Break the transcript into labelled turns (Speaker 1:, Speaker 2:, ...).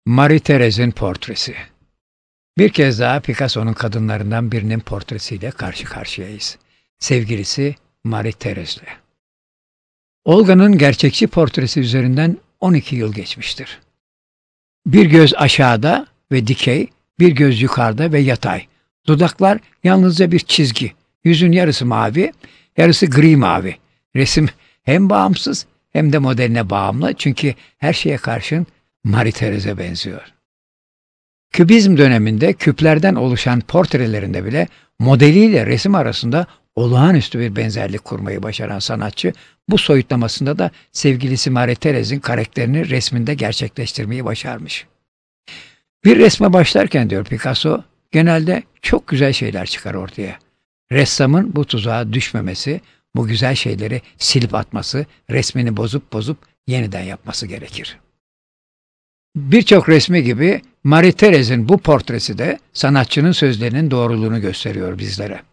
Speaker 1: Marie-Thérèse'in portresi. Bir kez daha Picasso'nun kadınlarından birinin portresiyle karşı karşıyayız. Sevgilisi Marie-Thérèse'le. Olga'nın gerçekçi portresi üzerinden 12 yıl geçmiştir. Bir göz aşağıda ve dikey, bir göz yukarıda ve yatay. Dudaklar yalnızca bir çizgi. Yüzün yarısı mavi, yarısı gri mavi. Resim hem bağımsız hem de modeline bağımlı çünkü her şeye karşın Marie-Thérèse'e benziyor. Kübizm döneminde küplerden oluşan portrelerinde bile modeliyle resim arasında olağanüstü bir benzerlik kurmayı başaran sanatçı, bu soyutlamasında da sevgilisi Marie-Thérèse'in karakterini resminde gerçekleştirmeyi başarmış. Bir resme başlarken, diyor Picasso, genelde çok güzel şeyler çıkar ortaya. Ressamın bu tuzağa düşmemesi, bu güzel şeyleri silip atması, resmini bozup yeniden yapması gerekir. Birçok resmi gibi Marie-Thérèse'in bu portresi de sanatçının sözlerinin doğruluğunu gösteriyor bizlere.